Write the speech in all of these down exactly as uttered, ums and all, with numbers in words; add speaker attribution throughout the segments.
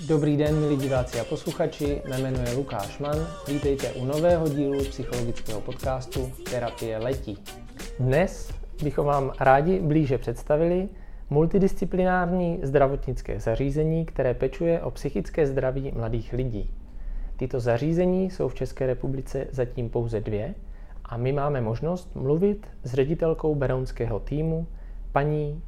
Speaker 1: Dobrý den, milí diváci a posluchači, mé jméno je Lukáš Mann, vítejte u nového dílu psychologického podcastu Terapie letí. Dnes bychom vám rádi blíže představili multidisciplinární zdravotnické zařízení, které pečuje o psychické zdraví mladých lidí. Tyto zařízení jsou v České republice zatím pouze dvě a my máme možnost mluvit s ředitelkou berounského týmu, paní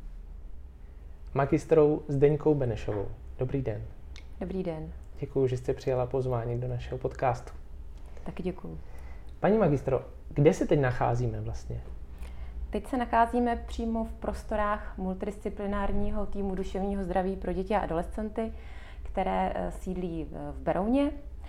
Speaker 1: magistrou Zdeňkou Benešovou. Dobrý den.
Speaker 2: Dobrý den.
Speaker 1: Děkuji, že jste přijala pozvání do našeho podcastu.
Speaker 2: Taky děkuji.
Speaker 1: Paní magistro, kde se teď nacházíme vlastně?
Speaker 2: Teď se nacházíme přímo v prostorách multidisciplinárního týmu duševního zdraví pro děti a adolescenty, které sídlí v Berouně.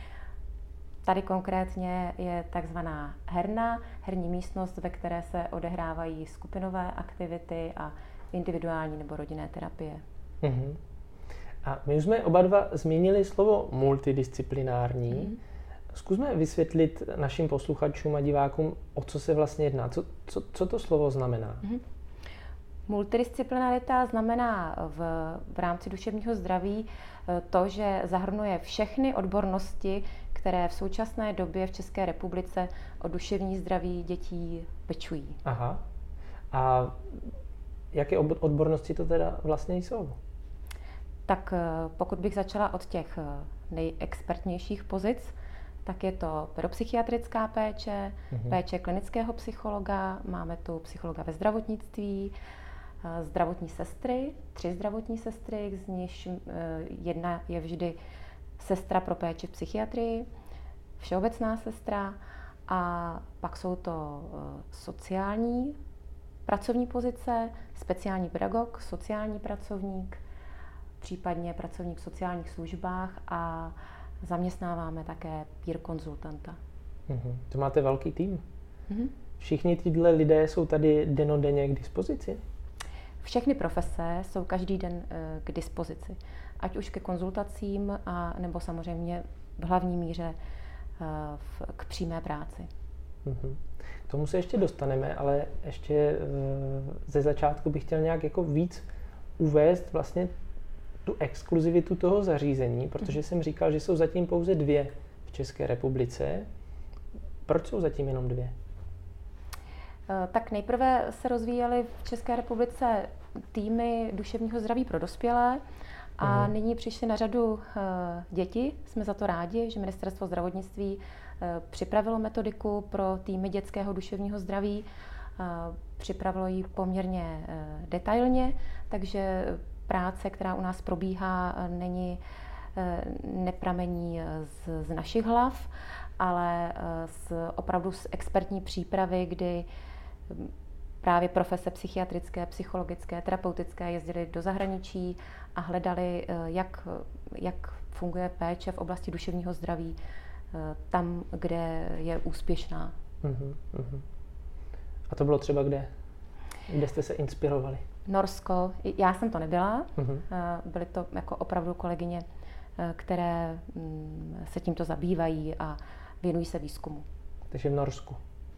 Speaker 2: Tady konkrétně je takzvaná herna, herní místnost, ve které se odehrávají skupinové aktivity a individuální nebo rodinné terapie.
Speaker 1: Uh-huh. A my už jsme oba dva zmínili slovo multidisciplinární. Mm. Zkusme vysvětlit našim posluchačům a divákům, o co se vlastně jedná. Co, co, co to slovo znamená? Mm.
Speaker 2: Multidisciplinarita znamená v, v rámci duševního zdraví to, že zahrnuje všechny odbornosti, které v současné době v České republice o duševní zdraví dětí pečují.
Speaker 1: Aha. A jaké odbornosti to teda vlastně jsou?
Speaker 2: Tak pokud bych začala od těch nejexpertnějších pozic, tak je to pedopsychiatrická péče, mm-hmm. péče klinického psychologa, máme tu psychologa ve zdravotnictví, zdravotní sestry, tři zdravotní sestry, z nichž jedna je vždy sestra pro péči v psychiatrii, všeobecná sestra a pak jsou to sociální pracovní pozice, speciální pedagog, sociální pracovník, případně pracovník v sociálních službách a zaměstnáváme také peer konzultanta.
Speaker 1: Mm-hmm. To máte velký tým.
Speaker 2: Mm-hmm.
Speaker 1: Všichni tyhle lidé jsou tady dennodenně k dispozici?
Speaker 2: Všechny profese jsou každý den k dispozici. Ať už ke konzultacím, a, nebo samozřejmě v hlavní míře v, k přímé práci.
Speaker 1: Mm-hmm. K tomu se ještě dostaneme, ale ještě ze začátku bych chtěl nějak jako víc uvést vlastně tu exkluzivitu toho zařízení, protože jsem říkal, že jsou zatím pouze dvě v České republice. Proč jsou zatím jenom dvě?
Speaker 2: Tak nejprve se rozvíjely v České republice týmy duševního zdraví pro dospělé a uhum. nyní přišly na řadu děti. Jsme za to rádi, že Ministerstvo zdravotnictví připravilo metodiku pro týmy dětského duševního zdraví. Připravilo ji poměrně detailně, takže práce, která u nás probíhá, není, nepramení z, z našich hlav, ale z, opravdu z expertní přípravy, kdy právě profese psychiatrické, psychologické, terapeutické jezdili do zahraničí a hledali, jak, jak funguje péče v oblasti duševního zdraví tam, kde je úspěšná.
Speaker 1: Uh-huh, uh-huh. A to bylo třeba kde? Kde jste se inspirovali?
Speaker 2: Norsko. Já jsem to nebyla.
Speaker 1: Uh-huh.
Speaker 2: Byly to jako opravdu kolegyně, které se tímto zabývají a věnují se výzkumu.
Speaker 1: Takže v Norsku.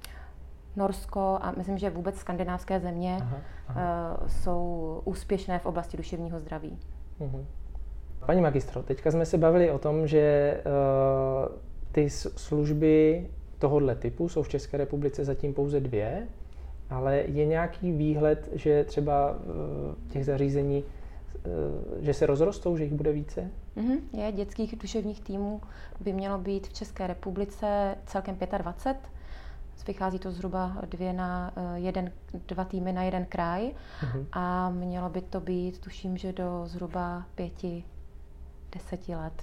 Speaker 2: Norsko a myslím, že vůbec skandinávské země aha, aha. jsou úspěšné v oblasti duševního zdraví.
Speaker 1: Uh-huh. Paní magistro, teďka jsme se bavili o tom, že uh, ty služby tohohle typu jsou v České republice zatím pouze dvě, ale je nějaký výhled, že třeba uh, těch zařízení, uh, že se rozrostou, že jich bude více?
Speaker 2: Mm-hmm. Je, dětských duševních týmů by mělo být v České republice celkem dvacet pět. Vychází to zhruba dvě na jeden, dva týmy na jeden kraj mm-hmm. a mělo by to být, tuším, že do zhruba pěti, deseti let.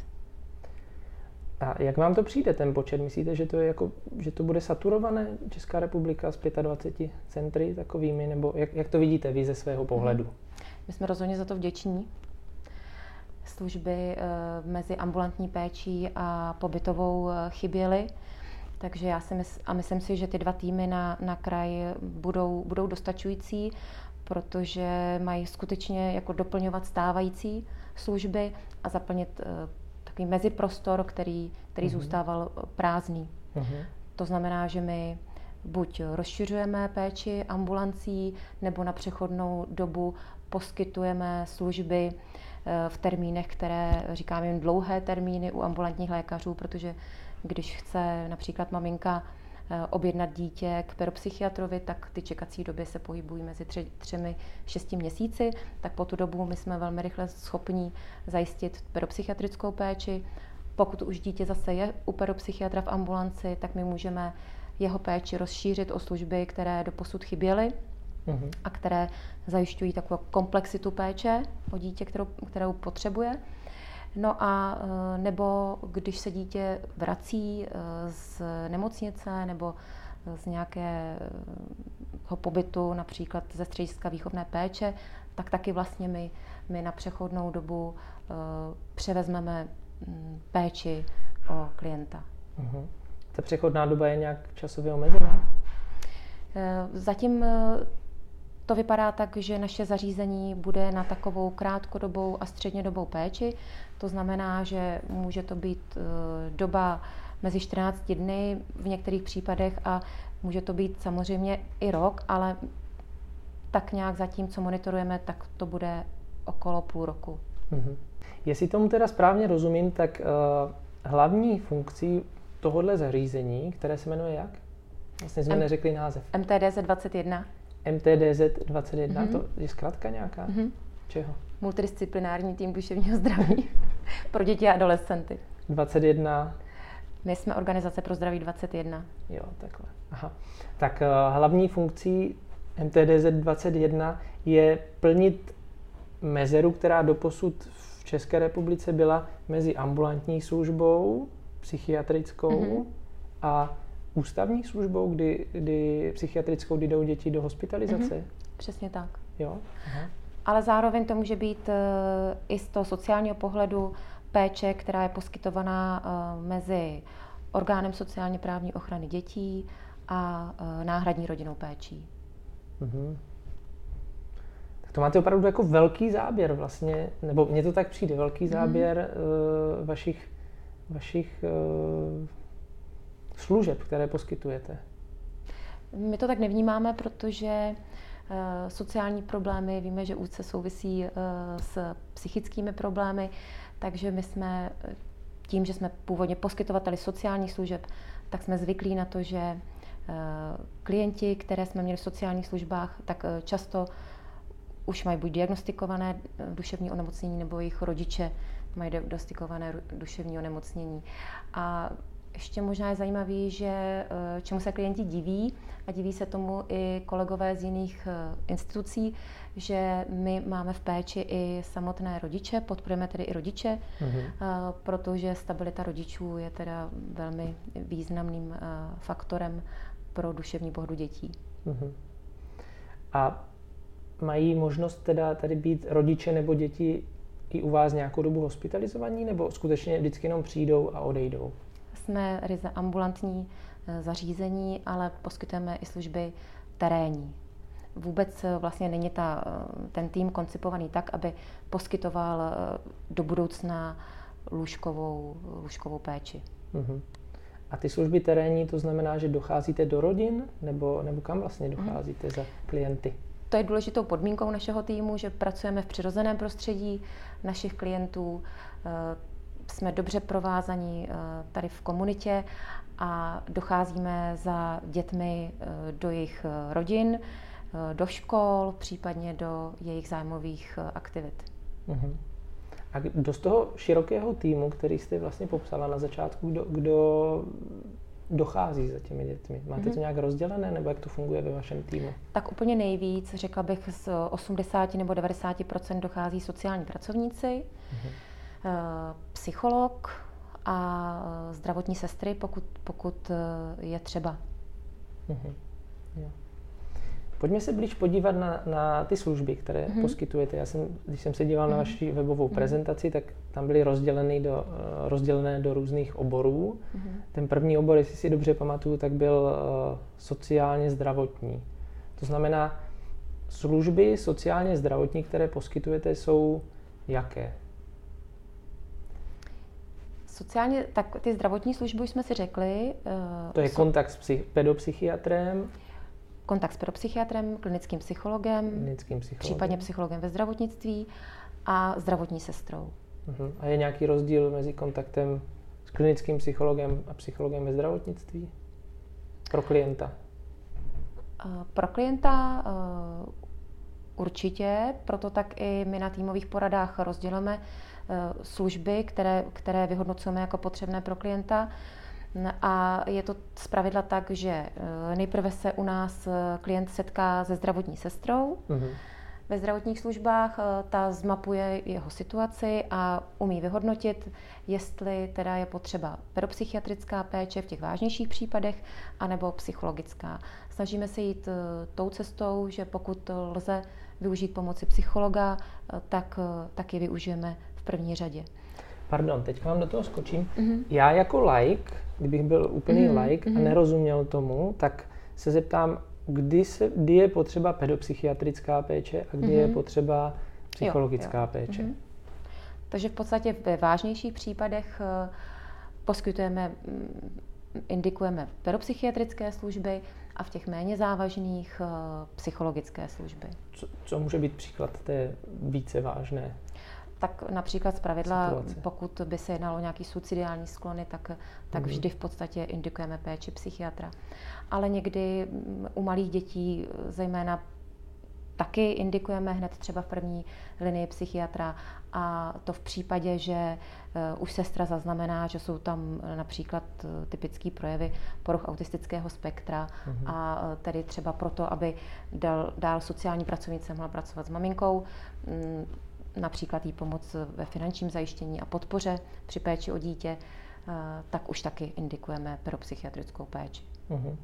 Speaker 1: A jak vám to přijde, ten počet? Myslíte, že to, je jako, že to bude saturované Česká republika s dvaceti pěti centry takovými, nebo jak, jak to vidíte vy ze svého pohledu?
Speaker 2: My jsme rozhodně za to vděční. Služby e, mezi ambulantní péčí a pobytovou e, chyběly, takže já si mysl, a myslím si, že ty dva týmy na, na kraj budou, budou dostačující, protože mají skutečně jako doplňovat stávající služby a zaplnit e, takový meziprostor, který, který uh-huh. zůstával prázdný. Uh-huh. To znamená, že my buď rozšiřujeme péči ambulancí, nebo na přechodnou dobu poskytujeme služby v termínech, které říkáme jim dlouhé termíny u ambulantních lékařů, protože když chce například maminka objednat dítě k pedopsychiatrovi, tak ty čekací doby se pohybují mezi tři, třemi šesti měsíci, tak po tu dobu my jsme velmi rychle schopní zajistit pedopsychiatrickou péči. Pokud už dítě zase je u pedopsychiatra v ambulanci, tak my můžeme jeho péči rozšířit o služby, které doposud chyběly mm-hmm. a které zajišťují takovou komplexitu péče o dítě, kterou, kterou potřebuje. No a nebo když se dítě vrací z nemocnice nebo z nějakého pobytu, například ze střediska výchovné péče, tak taky vlastně my, my na přechodnou dobu uh, převezmeme um, péči o klienta.
Speaker 1: Uh-huh. Ta přechodná doba je nějak časově omezená?
Speaker 2: Uh, zatím uh, to vypadá tak, že naše zařízení bude na takovou krátkodobou a střednědobou péči. To znamená, že může to být uh, doba mezi čtrnácti dny v některých případech a může to být samozřejmě i rok, ale tak nějak zatím, co monitorujeme, tak to bude okolo půl roku.
Speaker 1: Mm-hmm. Jestli tomu teda správně rozumím, tak uh, hlavní funkcí tohohle zařízení, které se jmenuje jak? Vlastně jsme M- neřekli název.
Speaker 2: M T D Z dvacet jedna.
Speaker 1: M T D Z dvacet jedna, mm-hmm. to je zkratka nějaká?
Speaker 2: Mm-hmm.
Speaker 1: Čeho?
Speaker 2: Multidisciplinární tým duševního zdraví pro děti a adolescenty.
Speaker 1: dvacet jedna.
Speaker 2: My jsme Organizace pro zdraví dvacet jedna.
Speaker 1: Jo, takhle. Aha. Tak uh, hlavní funkcí M T D Z dvacet jedna je plnit mezeru, která doposud v České republice byla mezi ambulantní službou, psychiatrickou mm-hmm. a ústavní službou, kdy, kdy psychiatrickou, kdy jdou děti do hospitalizace.
Speaker 2: Mm-hmm. Přesně tak.
Speaker 1: Jo. Aha.
Speaker 2: Ale zároveň to může být uh, i z toho sociálního pohledu péče, která je poskytovaná uh, mezi orgánem sociálně právní ochrany dětí a uh, náhradní rodinnou péčí.
Speaker 1: Mm-hmm. Tak to máte opravdu jako velký záběr vlastně, nebo mně to tak přijde, velký záběr mm-hmm. uh, vašich, vašich uh, služeb, které poskytujete.
Speaker 2: My to tak nevnímáme, protože uh, sociální problémy, víme, že úzce souvisí uh, s psychickými problémy, takže my jsme tím, že jsme původně poskytovateli sociálních služeb, tak jsme zvyklí na to, že klienti, které jsme měli v sociálních službách, tak často už mají buď diagnostikované duševní onemocnění, nebo jejich rodiče mají diagnostikované duševní onemocnění. A ještě možná je zajímavý, že čemu se klienti diví, a diví se tomu i kolegové z jiných institucí, že my máme v péči i samotné rodiče, podporujeme tedy i rodiče, mm-hmm. protože stabilita rodičů je teda velmi významným faktorem pro duševní pohodu dětí. Mm-hmm.
Speaker 1: A mají možnost teda tady být rodiče nebo děti i u vás nějakou dobu hospitalizovaní, nebo skutečně vždycky jenom přijdou a odejdou?
Speaker 2: Jsme ryze ambulantní zařízení, ale poskytujeme i služby terénní. Vůbec vlastně není ta, ten tým koncipovaný tak, aby poskytoval do budoucna lůžkovou, lůžkovou péči. Uh-huh.
Speaker 1: A ty služby terénní, to znamená, že docházíte do rodin, nebo, nebo kam vlastně docházíte uh-huh. za klienty?
Speaker 2: To je důležitou podmínkou našeho týmu, že pracujeme v přirozeném prostředí našich klientů. Jsme dobře provázaní tady v komunitě a docházíme za dětmi do jejich rodin, do škol, případně do jejich zájmových aktivit. Uh-huh.
Speaker 1: A kdo z toho širokého týmu, který jste vlastně popsala na začátku, kdo, kdo dochází za těmi dětmi? Máte uh-huh. to nějak rozdělené, nebo jak to funguje ve vašem týmu?
Speaker 2: Tak úplně nejvíc, řekla bych, z osmdesát nebo devadesát procent dochází sociální pracovníci, uh-huh. psycholog a zdravotní sestry, pokud, pokud je třeba. Uh-huh.
Speaker 1: Jo. Pojďme se blíž podívat na, na ty služby, které mm-hmm. poskytujete. Já jsem, když jsem se díval mm-hmm. na vaši webovou mm-hmm. prezentaci, tak tam byly rozdělené do, rozdělené do různých oborů. Mm-hmm. Ten první obor, jestli si dobře pamatuju, tak byl uh, sociálně zdravotní. To znamená, služby sociálně zdravotní, které poskytujete, jsou jaké?
Speaker 2: Sociálně, tak ty zdravotní služby jsme si řekli.
Speaker 1: Uh, to je jsou... kontakt s psych, pedopsychiatrem.
Speaker 2: Kontakt s pedopsychiatrem, klinickým psychologem,
Speaker 1: klinickým psychologem,
Speaker 2: případně psychologem ve zdravotnictví a zdravotní sestrou.
Speaker 1: Uh-huh. A je nějaký rozdíl mezi kontaktem s klinickým psychologem a psychologem ve zdravotnictví? Pro klienta?
Speaker 2: Pro klienta určitě, proto tak i my na týmových poradách rozdělíme služby, které, které vyhodnocujeme jako potřebné pro klienta. A je to zpravidla tak, že nejprve se u nás klient setká se zdravotní sestrou. Mm-hmm. Ve zdravotních službách ta zmapuje jeho situaci a umí vyhodnotit, jestli teda je potřeba pedopsychiatrická péče v těch vážnějších případech, anebo psychologická. Snažíme se jít tou cestou, že pokud lze využít pomoci psychologa, tak, tak ji využijeme v první řadě.
Speaker 1: Pardon, teď vám do toho skočím. Mm-hmm. Já jako laik, kdybych byl úplný mm-hmm. laik a nerozuměl tomu, tak se zeptám, kdy, se, kdy je potřeba pedopsychiatrická péče a kdy mm-hmm. je potřeba psychologická jo, jo. péče. Mm-hmm.
Speaker 2: Takže v podstatě ve vážnějších případech poskytujeme, indikujeme pedopsychiatrické služby a v těch méně závažných psychologické služby.
Speaker 1: Co, co může být příklad té více vážné?
Speaker 2: Tak například zpravidla, situace. Pokud by se jednalo o nějaký suicidální sklony, tak, tak mm-hmm. vždy v podstatě indikujeme péči psychiatra. Ale někdy u malých dětí zejména taky indikujeme hned třeba v první linii psychiatra, a to v případě, že uh, už sestra zaznamená, že jsou tam například uh, typické projevy poruch autistického spektra mm-hmm. a uh, tedy třeba proto, aby dal, dál sociální pracovnice mohla pracovat s maminkou, um, například jí pomoc ve finančním zajištění a podpoře při péči o dítě, uh, tak už taky indikujeme pedopsychiatrickou péči.
Speaker 1: Uh-huh.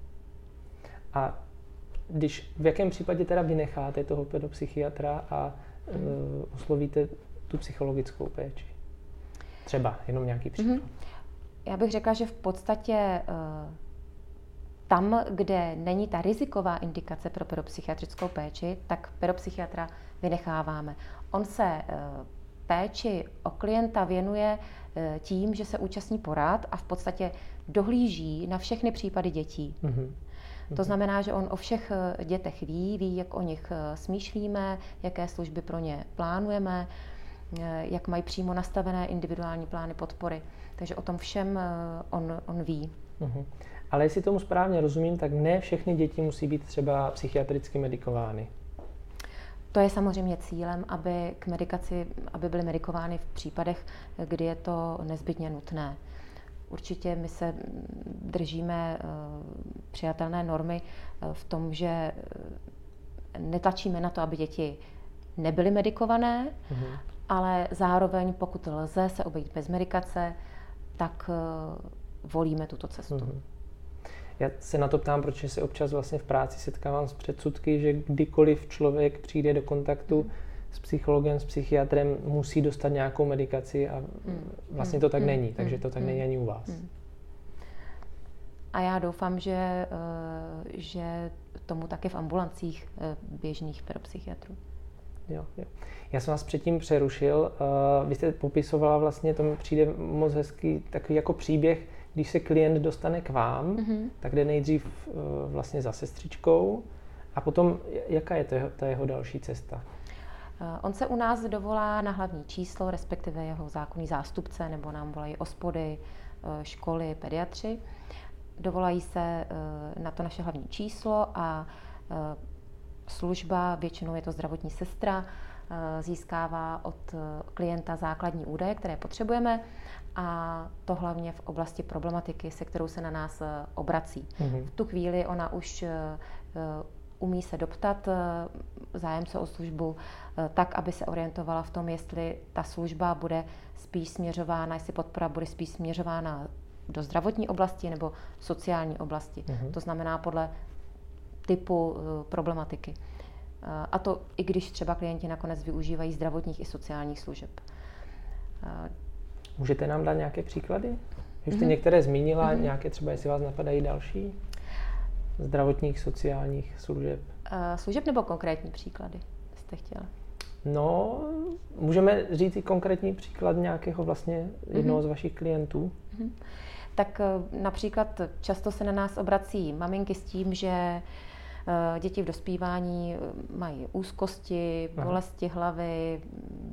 Speaker 1: A když v jakém případě teda vynecháte toho pedopsychiatra a uh, oslovíte tu psychologickou péči? Třeba jenom nějaký příklad. Uh-huh.
Speaker 2: Já bych řekla, že v podstatě uh, tam, kde není ta riziková indikace pro pedopsychiatrickou péči, tak pedopsychiatra vynecháváme. On se péči o klienta věnuje tím, že se účastní porad a v podstatě dohlíží na všechny případy dětí. Mm-hmm. To znamená, že on o všech dětech ví, ví, jak o nich smýšlíme, jaké služby pro ně plánujeme, jak mají přímo nastavené individuální plány podpory. Takže o tom všem on, on ví.
Speaker 1: Mm-hmm. Ale jestli tomu správně rozumím, tak ne všechny děti musí být třeba psychiatricky medikovány.
Speaker 2: To je samozřejmě cílem, aby k medikaci, aby byly medikovány v případech, kdy je to nezbytně nutné. Určitě my se držíme přijatelné normy v tom, že netlačíme na to, aby děti nebyly medikované, mm-hmm. ale zároveň, pokud lze se obejít bez medikace, tak volíme tuto cestu. Mm-hmm.
Speaker 1: Já se na to ptám, protože se občas vlastně v práci setkávám s předsudky, že kdykoliv člověk přijde do kontaktu mm. s psychologem, s psychiatrem, musí dostat nějakou medikaci a vlastně to tak mm. není, takže to tak mm. není ani u vás. Mm.
Speaker 2: A já doufám, že, že tomu taky v ambulancích běžných pedopsychiatrů.
Speaker 1: Jo, jo. Já jsem vás předtím přerušil. Vy jste popisovala vlastně, to mi přijde moc hezký takový jako příběh, když se klient dostane k vám, mm-hmm. tak jde nejdřív uh, vlastně za sestřičkou a potom jaká je to jeho, ta jeho další cesta?
Speaker 2: Uh, on se u nás dovolá na hlavní číslo, respektive jeho zákonný zástupce, nebo nám volají ospody, uh, školy, pediatři. Dovolají se uh, na to naše hlavní číslo a uh, služba, většinou je to zdravotní sestra, uh, získává od uh, klienta základní údaje, které potřebujeme, a to hlavně v oblasti problematiky, se kterou se na nás obrací. Mm-hmm. V tu chvíli ona už uh, umí se doptat uh, zájemce o službu uh, tak, aby se orientovala v tom, jestli ta služba bude spíš směřována, jestli podpora bude spíš směřována do zdravotní oblasti nebo sociální oblasti. Mm-hmm. To znamená podle typu uh, problematiky. Uh, a to i když třeba klienti nakonec využívají zdravotních i sociálních služeb. Uh,
Speaker 1: Můžete nám dát nějaké příklady? Už jste mm-hmm. některé zmínila, mm-hmm. nějaké třeba, jestli vás napadají další? Zdravotních, sociálních služeb?
Speaker 2: Uh, služeb nebo konkrétní příklady jste chtěla?
Speaker 1: No, můžeme říct i konkrétní příklad nějakého vlastně jednoho mm-hmm. z vašich klientů. Mm-hmm.
Speaker 2: Tak uh, například často se na nás obrací maminky s tím, že uh, děti v dospívání mají úzkosti, bolesti hlavy,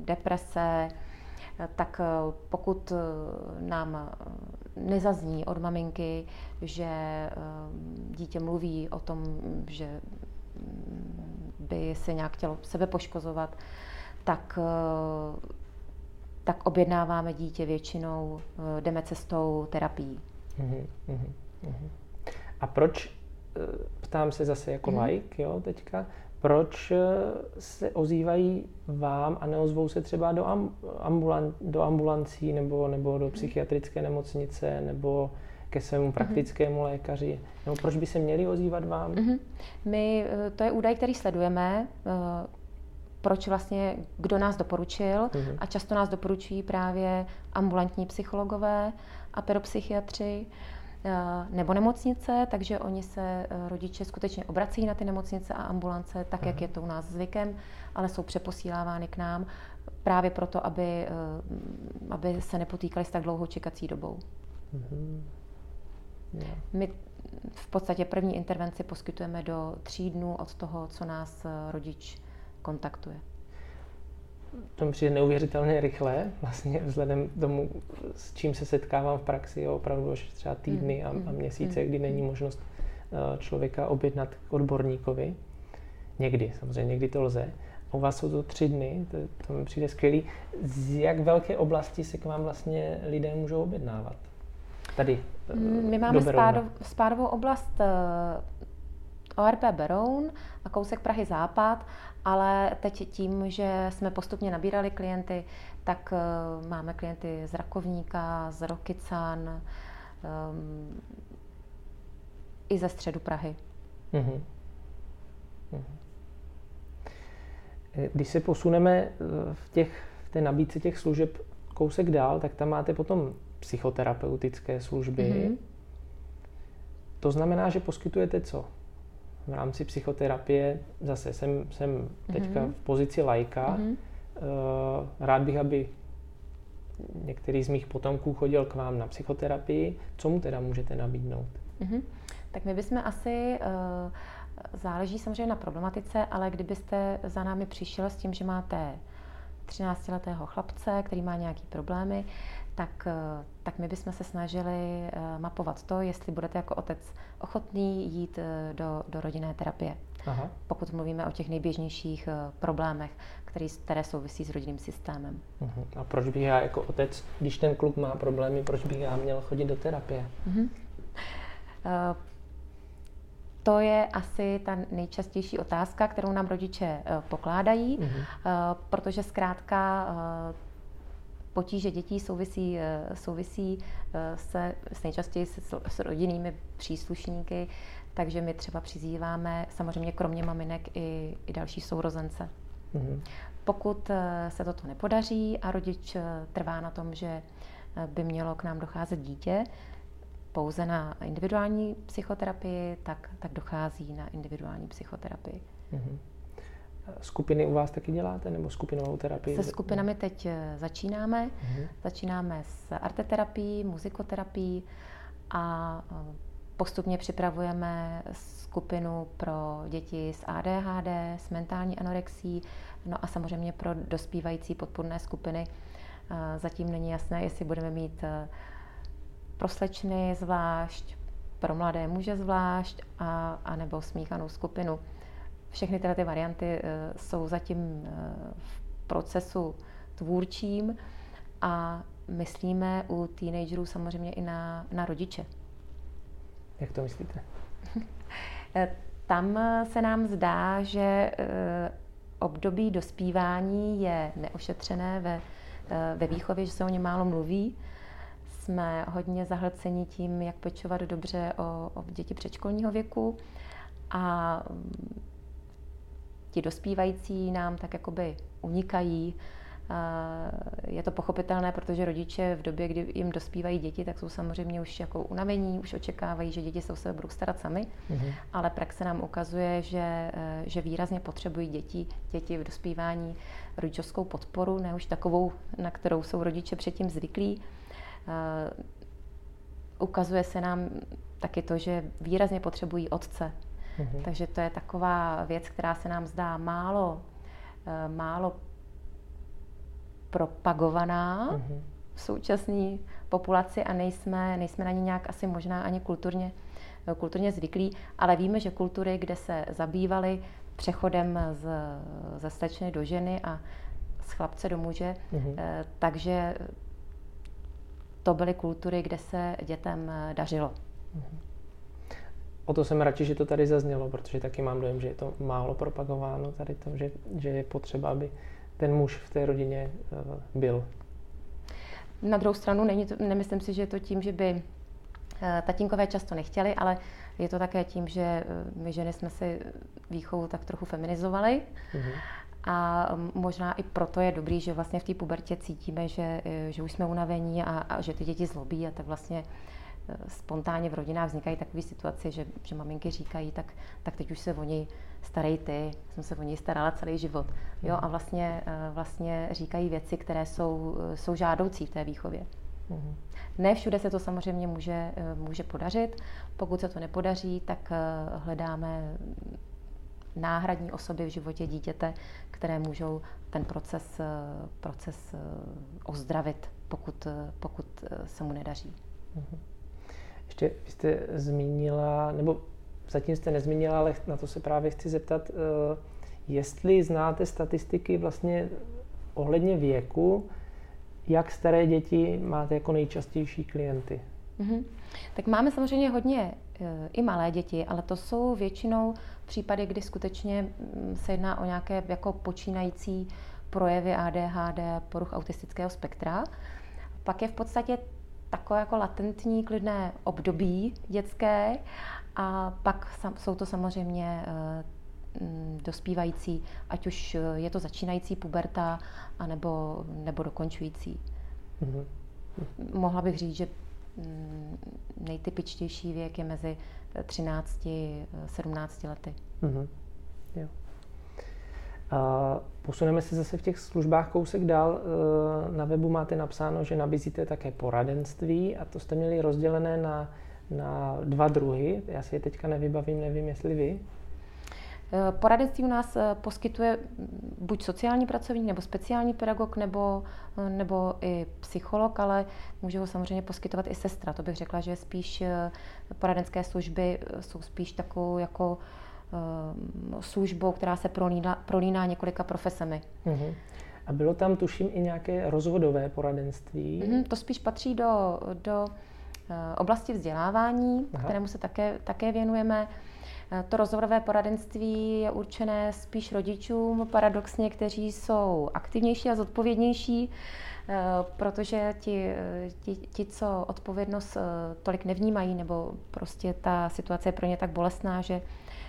Speaker 2: deprese, tak pokud nám nezazní od maminky, že dítě mluví o tom, že by se nějak chtělo sebe poškozovat, tak, tak objednáváme dítě většinou, jdeme cestou terapií.
Speaker 1: Uhum, uhum, uhum. A proč, ptám se zase jako
Speaker 2: uhum.
Speaker 1: laik, jo, teďka, proč se ozývají vám a neozvou se třeba do, ambulan, do ambulancí nebo, nebo do psychiatrické nemocnice nebo ke svému praktickému lékaři? Nebo proč by se měli ozývat vám?
Speaker 2: Mm-hmm. My, to je údaj, který sledujeme, proč vlastně, kdo nás doporučil mm-hmm. a často nás doporučují právě ambulantní psychologové a pedopsychiatři nebo nemocnice, takže oni se rodiče skutečně obrací na ty nemocnice a ambulance, tak Aha. jak je to u nás zvykem, ale jsou přeposílávány k nám právě proto, aby, aby se nepotýkali s tak dlouhou čekací dobou.
Speaker 1: Mm-hmm. Yeah.
Speaker 2: My v podstatě první intervenci poskytujeme do tří dnů od toho, co nás rodič kontaktuje.
Speaker 1: To mi přijde neuvěřitelně rychle, vlastně vzhledem k tomu, s čím se setkávám v praxi, jo, opravdu už třeba týdny a, a měsíce, kdy není možnost člověka objednat k odborníkovi. Někdy, samozřejmě, někdy to lze. U vás jsou to tři dny, to, to mi přijde skvělý. Z jak velké oblasti se k vám vlastně lidé můžou objednávat? Tady
Speaker 2: My máme spádov, spádovou oblast O R P Beroun a kousek Prahy Západ, ale teď tím, že jsme postupně nabírali klienty, tak máme klienty z Rakovníka, z Rokycan, um, i ze středu Prahy.
Speaker 1: Uhum. Uhum. Když se posuneme v, těch, v té nabídce těch služeb kousek dál, tak tam máte potom psychoterapeutické služby. Mm-hmm. To znamená, že poskytujete co? V rámci psychoterapie, zase jsem, jsem teďka mm-hmm. v pozici laika. Mm-hmm. Rád bych, aby některý z mých potomků chodil k vám na psychoterapii. Co mu teda můžete nabídnout?
Speaker 2: Mm-hmm. Tak my bychom asi, záleží samozřejmě na problematice, ale kdybyste za námi přišel s tím, že máte třináctiletého chlapce, který má nějaké problémy, tak, tak my bychom se snažili mapovat to, jestli budete jako otec ochotný jít do, do rodinné terapie. Aha. Pokud mluvíme o těch nejběžnějších problémech, který, které souvisí s rodinným systémem.
Speaker 1: Uh-huh. A proč bych já jako otec, když ten kluk má problémy, proč bych já měl chodit do terapie? Uh-huh.
Speaker 2: Uh, To je asi ta nejčastější otázka, kterou nám rodiče uh, pokládají, mm-hmm. uh, protože zkrátka uh, potíže dětí souvisí, uh, souvisí uh, se s nejčastěji s, s rodinnými příslušníky, takže my třeba přizýváme samozřejmě kromě maminek i, i další sourozence. Mm-hmm. Pokud uh, se toto nepodaří a rodič uh, trvá na tom, že uh, by mělo k nám docházet dítě, pouze na individuální psychoterapii, tak, tak dochází na individuální psychoterapii.
Speaker 1: Mm-hmm. Skupiny u vás taky děláte, nebo skupinovou terapii?
Speaker 2: Se skupinami teď začínáme. Mm-hmm. Začínáme s arteterapií, muzikoterapií a postupně připravujeme skupinu pro děti s A D H D, s mentální anorexí, no a samozřejmě pro dospívající podpůrné skupiny. Zatím není jasné, jestli budeme mít pro slečny zvlášť, pro mladé muže zvlášť, a, a nebo smíchanou skupinu. Všechny tyhle ty varianty uh, jsou zatím uh, v procesu tvůrčím a myslíme u teenagerů samozřejmě i na, na rodiče.
Speaker 1: Jak to myslíte?
Speaker 2: Tam se nám zdá, že uh, období dospívání je neošetřené ve, uh, ve výchově, že se o něm málo mluví. Jsme hodně zahlceni tím, jak pečovat dobře o, o děti předškolního věku a ti dospívající nám tak jakoby unikají. Je to pochopitelné, protože rodiče v době, kdy jim dospívají děti, tak jsou samozřejmě už jako unavení, už očekávají, že děti se o sebe budou starat sami, mm-hmm. ale praxe nám ukazuje, že, že výrazně potřebují děti, děti v dospívání rodičovskou podporu, ne už takovou, na kterou jsou rodiče předtím zvyklí. Uh, ukazuje se nám taky to, že výrazně potřebují otce. Mm-hmm. Takže to je taková věc, která se nám zdá málo, uh, málo propagovaná
Speaker 1: mm-hmm.
Speaker 2: v současné populaci a nejsme, nejsme na ní nějak asi možná ani kulturně, kulturně zvyklí, ale víme, že kultury, kde se zabývaly přechodem z, ze slečny do ženy a z chlapce do muže,
Speaker 1: mm-hmm.
Speaker 2: takže to byly kultury, kde se dětem dařilo.
Speaker 1: Mm-hmm. O to jsem radši, že to tady zaznělo, protože taky mám dojem, že je to málo propagováno tady to, že, že je potřeba, aby ten muž v té rodině uh, byl.
Speaker 2: Na druhou stranu není to, nemyslím si, že je to tím, že by uh, tatínkové často nechtěli, ale je to také tím, že uh, my ženy jsme si výchovu tak trochu feminizovali. Mm-hmm. A možná i proto je dobrý, že vlastně v té pubertě cítíme, že, že už jsme unavení a, a že ty děti zlobí a tak vlastně spontánně v rodinách vznikají takové situace, že, že maminky říkají, tak, tak teď už se o něj starej ty, jsem se o něj starala celý život. Jo? A vlastně, vlastně říkají věci, které jsou, jsou žádoucí v té výchově. Mm-hmm. Ne všude se to samozřejmě může, může podařit. Pokud se to nepodaří, tak hledáme náhradní osoby v životě dítěte, které můžou ten proces, proces ozdravit, pokud, pokud se mu nedaří.
Speaker 1: Mm-hmm. Ještě vy jste zmínila, nebo zatím jste nezmínila, ale na to se právě chci zeptat, jestli znáte statistiky vlastně ohledně věku, jak staré děti máte jako nejčastější klienty?
Speaker 2: Mm-hmm. Tak máme samozřejmě hodně e, i malé děti, ale to jsou většinou případy, kdy skutečně se jedná o nějaké jako počínající projevy A D H D, poruch autistického spektra. Pak je v podstatě takové jako latentní klidné období dětské a pak sam, jsou to samozřejmě e, dospívající, ať už je to začínající puberta, anebo, nebo dokončující. Mm-hmm. Mohla bych říct, že nejtypičtější věk je mezi třinácti a sedmnácti lety.
Speaker 1: Mm-hmm. Jo. A posuneme se zase v těch službách kousek dál. Na webu máte napsáno, že nabízíte také poradenství a to jste měli rozdělené na, na dva druhy. Já si je teďka nevybavím, nevím, jestli vy.
Speaker 2: Poradenství u nás poskytuje buď sociální pracovník, nebo speciální pedagog, nebo, nebo i psycholog, ale může ho samozřejmě poskytovat i sestra. To bych řekla, že spíš poradenské služby jsou spíš takovou jako službou, která se prolíná, prolíná několika profesemi.
Speaker 1: Uh-huh. A bylo tam, tuším, i nějaké rozvodové poradenství?
Speaker 2: Uh-huh. To spíš patří do, do oblasti vzdělávání, Aha. kterému se také, také věnujeme. To rozvodové poradenství je určené spíš rodičům, paradoxně, kteří jsou aktivnější a zodpovědnější, protože ti, ti, ti, co odpovědnost tolik nevnímají, nebo prostě ta situace je pro ně tak bolestná, že,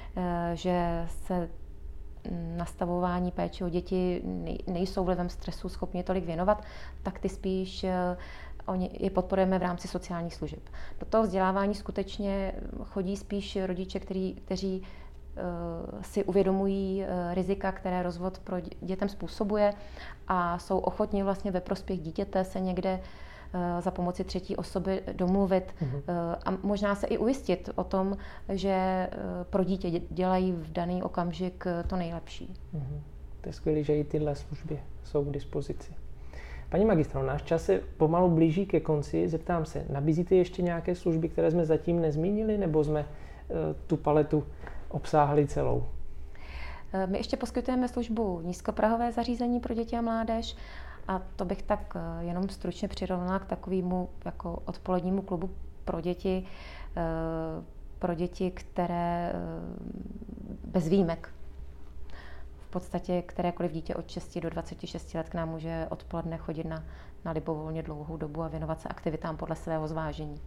Speaker 2: že se nastavování péče o děti nejsou vlivem stresu schopni tolik věnovat, tak ty spíš oni je podporujeme v rámci sociálních služeb. Do toho vzdělávání skutečně chodí spíš rodiče, který, kteří uh, si uvědomují uh, rizika, které rozvod pro dětem způsobuje a jsou ochotní vlastně ve prospěch dítěte se někde uh, za pomoci třetí osoby domluvit uh-huh. uh, a možná se i ujistit o tom, že uh, pro dítě dělají v daný okamžik to nejlepší.
Speaker 1: Uh-huh. To je skvělé, že i tyhle služby jsou k dispozici. Paní magistro, náš čas se pomalu blíží ke konci. Zeptám se, nabízíte ještě nějaké služby, které jsme zatím nezmínili, nebo jsme uh, tu paletu obsáhli celou?
Speaker 2: My ještě poskytujeme službu nízkoprahové zařízení pro děti a mládež a to bych tak uh, jenom stručně přirovnala k takovému jako odpolednímu klubu pro děti, uh, pro děti, které uh, bez výjimek. V podstatě kterékoliv dítě od šesti do dvaceti šesti let k nám může odpoledne chodit na, na libovolně dlouhou dobu a věnovat se aktivitám podle svého zvážení.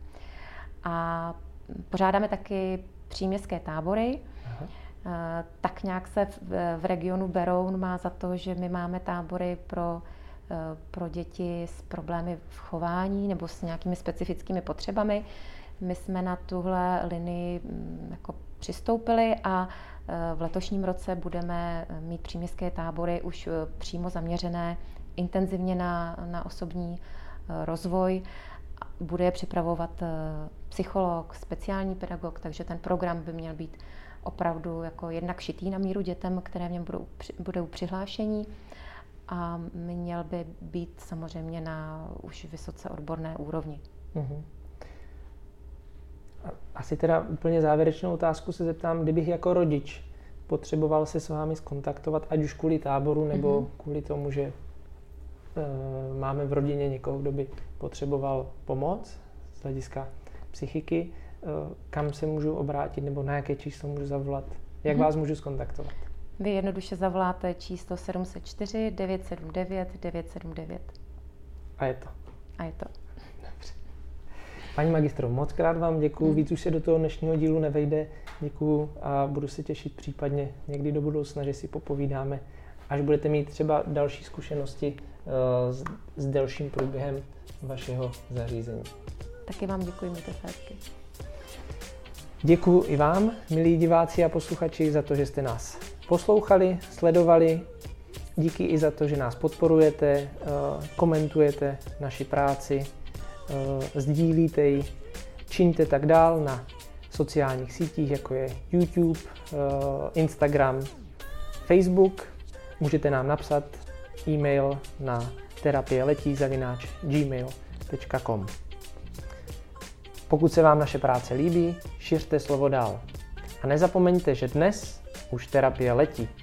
Speaker 2: A pořádáme taky příměstské tábory. Aha. Tak nějak se v, v regionu Beroun má za to, že my máme tábory pro, pro děti s problémy v chování nebo s nějakými specifickými potřebami. My jsme na tuhle linii jako přistoupili a v letošním roce budeme mít příměstské tábory už přímo zaměřené intenzivně na, na osobní rozvoj. Bude je připravovat psycholog, speciální pedagog, takže ten program by měl být opravdu jako jednak šitý na míru dětem, které v něm budou, budou přihlášení. a měl by být samozřejmě na už vysoce odborné úrovni.
Speaker 1: Mm-hmm. Asi teda úplně závěrečnou otázku se zeptám, kdybych jako rodič potřeboval se s vámi skontaktovat, ať už kvůli táboru, nebo mm-hmm. kvůli tomu, že e, máme v rodině někoho, kdo by potřeboval pomoc z hlediska psychiky, e, kam se můžu obrátit, nebo na jaké číslo můžu zavolat, jak mm-hmm. vás můžu skontaktovat?
Speaker 2: Vy jednoduše zavoláte číslo sedm set čtyři devět sedm devět devět sedm devět.
Speaker 1: A je to.
Speaker 2: A je to.
Speaker 1: Dobře. Paní magistro, moc krát vám děkuju, hmm. víc už se do toho dnešního dílu nevejde. Děkuju a budu se těšit případně někdy do budoucna, že si popovídáme, až budete mít třeba další zkušenosti uh, s, s delším průběhem vašeho zařízení.
Speaker 2: Taky vám děkuji, mějte se hezky.
Speaker 1: Děkuju i vám, milí diváci a posluchači, za to, že jste nás poslouchali, sledovali. Díky i za to, že nás podporujete, komentujete naši práci, sdílíte ji, čiňte tak dál na sociálních sítích, jako je YouTube, Instagram, Facebook. Můžete nám napsat e-mail na terapieletí zavináč gmail tečka com. Pokud se vám naše práce líbí, šiřte slovo dál. A nezapomeňte, že dnes už terapie letí.